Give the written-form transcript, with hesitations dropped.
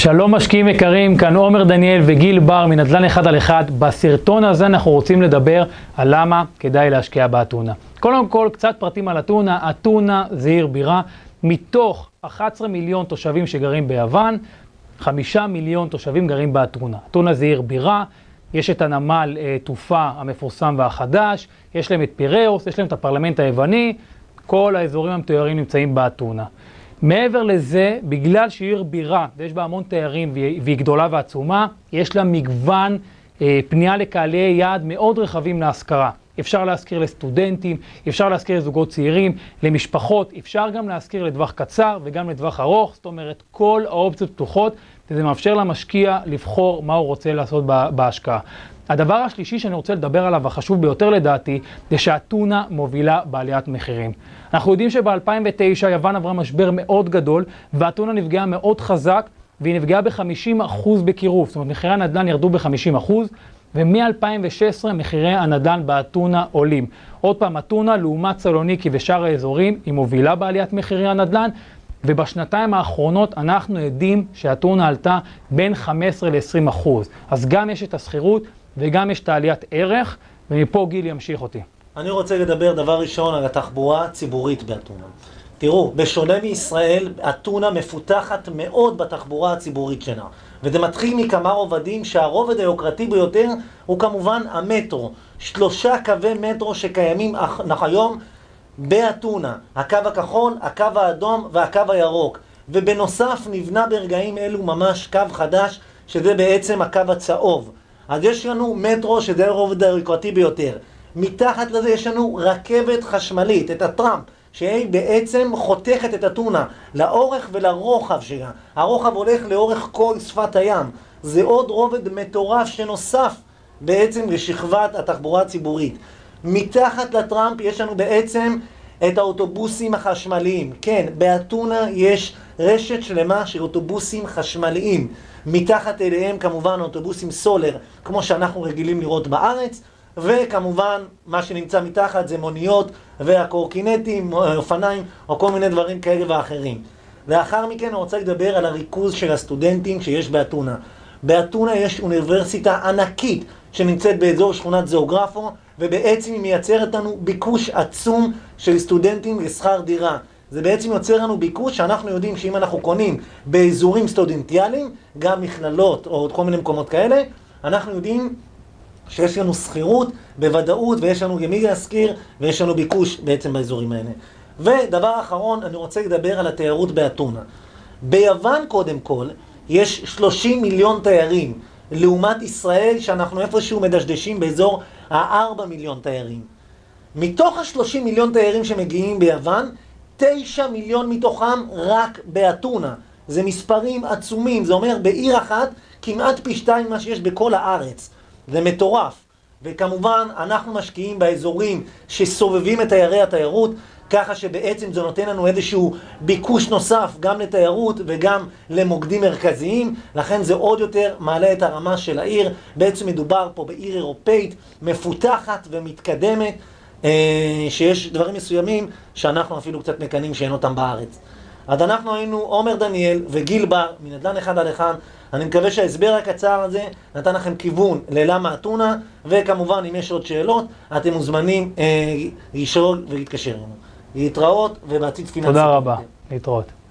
שלום משקיעים יקרים, כאן עומר דניאל וגיל בר מנדל"ן אחד על אחד. בסרטון הזה אנחנו רוצים לדבר על למה כדאי להשקיע באתונה. קודם כל, קצת פרטים על אתונה. אתונה זה עיר בירה. מתוך 11 מיליון תושבים שגרים ביוון, 5 מיליון תושבים גרים באתונה. אתונה זה עיר בירה, יש את הנמל תעופה המפורסם והחדש, יש להם את פיראוס, יש להם את הפרלמנט היווני, כל האזורים המתוארים נמצאים באתונה. מעבר לזה, בגלל שהיא עיר בירה ויש בה המון תיירים והיא גדולה ועצומה, יש לה מגוון פנייה לקהלי יעד מאוד רחבים להשכרה. אפשר להשכיר לסטודנטים, אפשר להשכיר לזוגות צעירים, למשפחות, אפשר גם להשכיר לטווח קצר וגם לטווח ארוך. זאת אומרת, כל האופציות פתוחות, וזה מאפשר למשקיע לבחור מה הוא רוצה לעשות בהשקעה. הדבר השלישי שאני רוצה לדבר עליו, החשוב ביותר לדעתי, זה שאתונה מובילה בעליית מחירים. אנחנו יודעים שב-2009 יוון עברה משבר מאוד גדול, ואתונה נפגעה מאוד חזק, והיא נפגעה ב-50% בקירוב. זאת אומרת, מחירי הנדל"ן ירדו ב-50%, ומ-2016 מחירי הנדל"ן באתונה עולים. עוד פעם, אתונה לעומת סלוניקי ושאר האזורים, היא מובילה בעליית מחירי הנדל"ן, ובשנתיים האחרונות אנחנו יודעים שאתונה עלתה בין 15 ל-20%. אז גם יש את הסחירות וגם יש את עליית ערך, ומפה גיל ימשיך אותי. אני רוצה לדבר דבר ראשון על התחבורה הציבורית באתונה. תראו, בשונה מישראל, אתונה מפותחת מאוד בתחבורה הציבורית שלה. וזה מתחיל מכמה רובדים שהרובד היוקרתי ביותר הוא כמובן המטרו. 3 קווי מטרו שקיימים היום באתונה. הקו הכחול, הקו האדום והקו הירוק. ובנוסף נבנה ברגעים אלו ממש קו חדש, שזה בעצם הקו הצהוב. אז יש לנו מטרו שזה הרובד היוקרתי ביותר. מתחת לזה יש לנו רכבת חשמלית, את הטראמפ, שהיא בעצם חותכת את אתונה לאורך ולרוחב שלה. הרוחב הולך לאורך כל שפת הים. זה עוד רובד מטורף שנוסף בעצם לשכבת התחבורה הציבורית. מתחת לטראמפ יש לנו בעצם את האוטובוסים החשמליים. כן, באתונה יש רשת שלמה של אוטובוסים חשמליים. מתחת אליהם כמובן אוטובוסים סולר, כמו שאנחנו רגילים לראות בארץ. וכמובן, מה שנמצא מתחת זה מוניות והקורקינטים, אופניים, או כל מיני דברים כאלה ואחרים. לאחר מכן אני רוצה לדבר על הריכוז של הסטודנטים שיש באתונה. באתונה יש אוניברסיטה ענקית שנמצאת באזור שכונת זאוגרפו, ובעצם היא מייצרת לנו ביקוש עצום של סטודנטים לשכר דירה. זה בעצם יוצר לנו ביקוש שאנחנו יודעים שאם אנחנו קונים באזורים סטודנטיאליים, גם מכללות או כל מיני מקומות כאלה, אנחנו יודעים שיש לנו שכירות בוודאות ויש לנו למי להשכיר ויש לנו ביקוש בעצם באזורים האלה. ודבר אחרון, אני רוצה לדבר על התיירות באתונה. ביוון קודם כל יש 30 מיליון תיירים, לעומת ישראל שאנחנו איפשהו מדשדשים באזור ה-4 מיליון תיירים. מתוך ה-30 מיליון תיירים שמגיעים ביוון, 9 מיליון מתוכם רק באתונה. זה מספרים עצומים, זה אומר בעיר אחת כמעט פי 2 מה שיש בכל הארץ. זה מטורף. וכמובן אנחנו משקיעים באזורים שסובבים את עיירי התיירות, ככה שבעצם זה נותן לנו איזשהו ביקוש נוסף גם לתיירות וגם למוקדים מרכזיים, לכן זה עוד יותר מעלה את הרמה של העיר. בעצם מדובר פה בעיר אירופאית מפותחת ומתקדמת, שיש דברים מסוימים שאנחנו אפילו קצת מקנים שאין אותם בארץ. אז אנחנו היינו עומר דניאל וגיל בר מנדל"ן אחד על אחד. אני מקווה שההסבר הקצר הזה נתן לכם כיוון ללמה אתונה, וכמובן אם יש עוד שאלות אתם מוזמנים לשאול ולהתקשר אלינו. להתראות ובעתיד פיננסי. תודה רבה, להתראות.